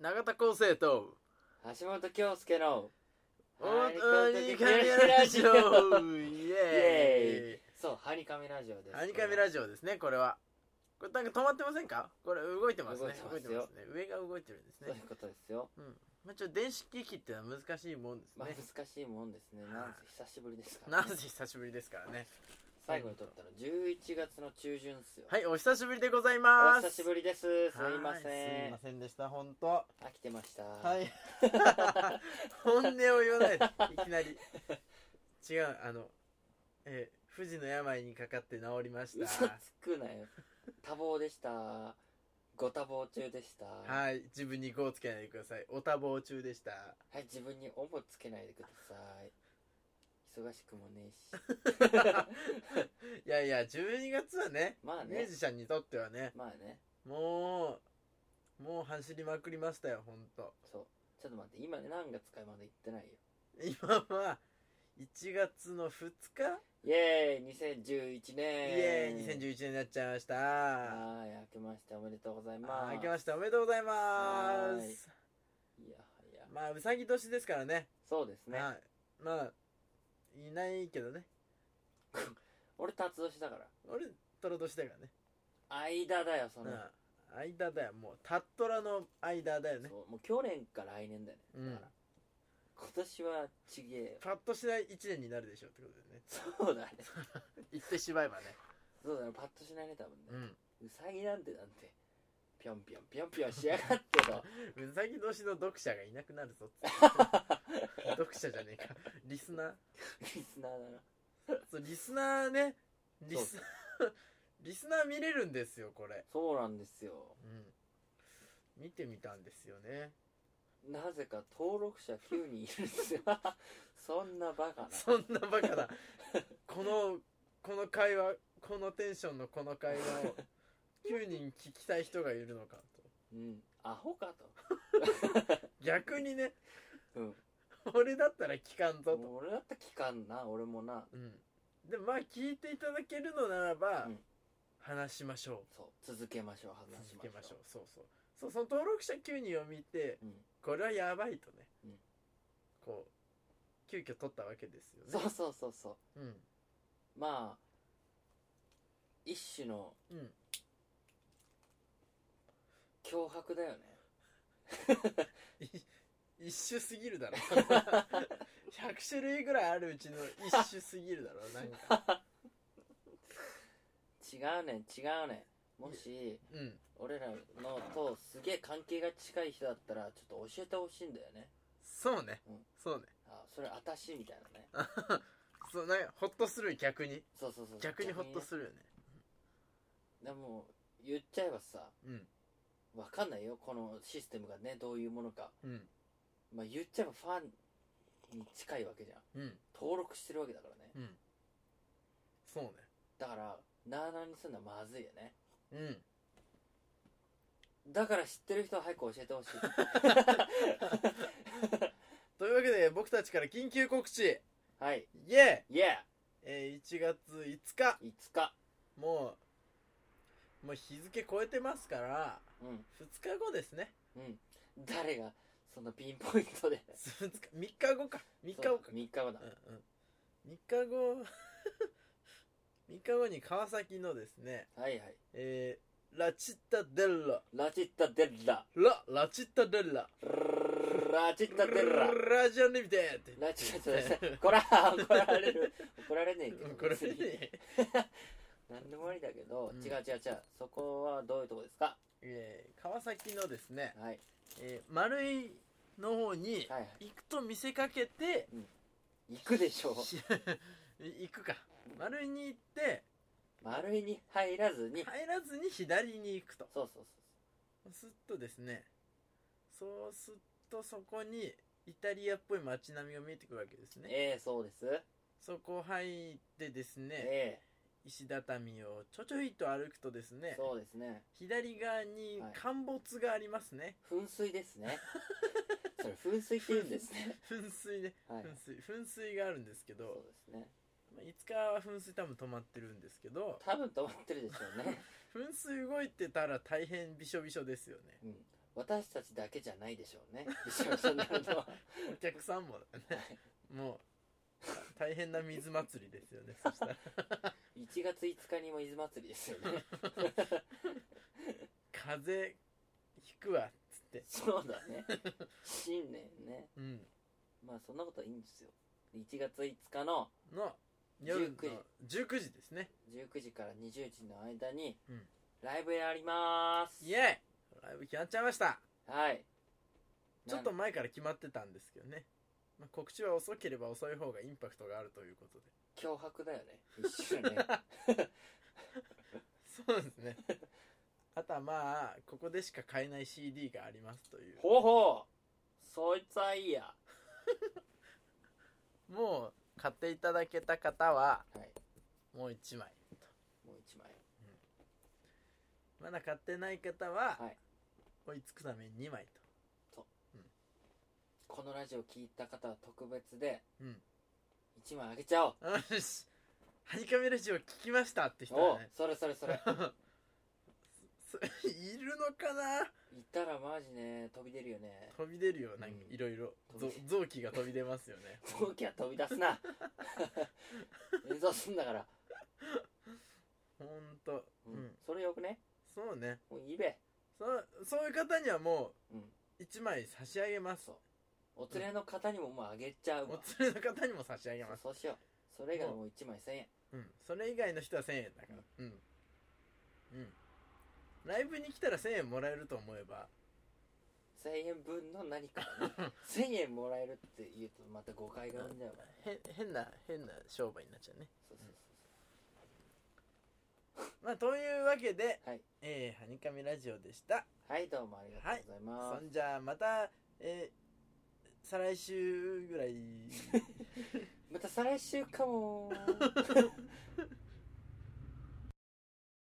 永田康生と橋本京介のハニカミラジオイエーイ。 そう、ハニカミラジオです。 ハニカミラジオですね。これはこれなんか止まってませんか？これ動いてますね。 動いてますね。上が動いてるんですね。 そういうことですよ。 まあ、ちょっと電子機器ってのは難しいもんですね。 まあ、難しいもんですね。なんせ久しぶりですからね。なんせ久しぶりですからね。 最後に撮ったの11月の中旬ですよ。 はい、お久しぶりでございます。 お久しぶりです。すいません。 すいませんでした。本当。 飽きてました。 はい。本音を言わないでいきなり。違う、不治の病にかかって治りました。 嘘つくなよ。多忙でした。ご多忙中でした。 はい、自分に5をつけないでください。お多忙中でした。 はい、自分におもつけないでください。忙しくもねえし。 いやいや、12月はね、 まあね、 ミュージシャンにとってはね、 まあね、 もう走りまくりましたよ、ほんと。 そう、ちょっと待って、今ね、何月かまだ言ってないよ。 今は1月の2日、 イエーイ2011年、 イエーイ2011年になっちゃいました。 はい、明けましておめでとうございます。 明けましておめでとうございます。 いやいや、 まあうさぎ年ですからね。 そうですね。 はい、まあいないけどね。 俺辰年だから。 俺寅年だからね。 間だよ、その、 間だよ。もうタットラの間だよね。 そう、もう去年か来年だよね。だから今年はちげえよ。 パッとしない1年になるでしょってことでね。 そうだね。 言ってしまえばね。 そうだね、パッとしないね、多分ね。 うさぎなんてぴょんぴょんぴょんぴょんしやがってと。 うさぎ年の読者がいなくなるぞっつって読者じゃねえか、リスナーリスナーだな。 そう、リスナーね。リスナー見れるんですよ、これ。 そうなんですよ。 見てみたんですよね。 なぜか登録者9人いるんですよ。そんなバカな。 そんなバカな。この会話、このテンションのこの会話を9人聞きたい人がいるのかと。 アホかと。 逆にね。 うん俺だったら聞かんぞと。 俺だったら聞かんな、俺もな。 でもまあ聞いていただけるのならば、話しましょう。 そう、続けましょう、話しましょう。 そう、その登録者9人を見て、これはやばいとね、こう急遽取ったわけですよね。 そう、まあ一種の脅迫だよね。 一種すぎるだろ。100種類ぐらいあるうちの一種すぎるだろ。なんか違うねもし、俺らのとすげえ関係が近い人だったらちょっと教えてほしいんだよね。 そうね、そうね。 それあたしみたいなね。 そうね、ホッとする。逆にそう逆にホッとするよね。 でも言っちゃえばさ、わかんないよ、このシステムがねどういうものか。まあ言っちゃえばファンに近いわけじゃん。登録してるわけだからね。 そうね。 だからなあなあにするのはまずいよね。だから知ってる人は早く教えてほしい。 というわけで僕たちから緊急告知。 はい、 イエーイ。 1月5日もう日付超えてますから、2日後ですね。 誰がそのピンポイントで 3日後か。3日後だ。3日後に川崎のですね、ラチッタデッララジオリミテッド怒られねえけど何でもありだけど、違うそこはどういうとこですか？ 川崎のですね、丸井の方に行くと見せかけて、 行くでしょ。 行くか。丸井に行って丸井に入らずに左に行くと。 そうすっとですね、そうすっとそこにイタリアっぽい街並みが見えてくるわけですね。 そうです。 そこ入ってですね、石畳をちょいと歩くとですね、 そうですね、 左側に陥没がありますね。 噴水ですね。それ噴水って言うんですね。 噴水ね、噴水があるんですけど、 そうですね。 いつかは噴水多分止まってるんですけど、 多分止まってるでしょうね。 噴水動いてたら大変びしょびしょですよね。 私たちだけじゃないでしょうね。びしょびしょになるのは。 お客さんもだね。もう大変な水祭りですよね。そしたら 1月5日にも水祭りですよね。 風邪ひくわっつって。 そうだね。新年ね。 うん。 まあそんなことはいいんですよ。1月5日の夜の19時ですね。 19時から20時の間にうん、 ライブやりまーす。 イエーイ、ライブ決まっちゃいました。 はい。 ちょっと前から決まってたんですけどね。まあ、告知は遅ければ遅い方がインパクトがあるということで。 脅迫だよね。一緒ね。 そうですね。あとはまあここでしか買えない CD がありますという。 ほうほう。そいつはいいや。 もう買っていただけた方は、 はい、 もう1枚と。 もう1枚、 まだ買ってない方は、 はい、 追いつくために2枚と。 このラジオ聞いた方は特別で、 うん、 1枚あげちゃおう。 よし、ハニカミラジオ聞きましたって人はね。 お、それいるのかな。 いたらマジね、飛び出るよね。 飛び出るよ、なんかいろいろ臓器が飛び出ますよね。 臓器は飛び出すな。演奏すんだからほんと、 それよくね。 そうね。 もういいべ。 そういう方にはもう1枚差し上げます。 お連れの方にももうあげちゃうわ。 お連れの方にも差し上げます。 そうしよう。それ以外もう1枚1000円。 それ以外の人は1000円だから。ライブに来たら1000円もらえると思えば 1000円分の何かね。1000円もらえるって言うとまた誤解が生んじゃうからね。 変な商売になっちゃうね。まあというわけで、 はい、 ハニカミラジオでした。 はい、どうもありがとうございます。 はい、そんじゃあまた、再来週ぐらいまた再来週かも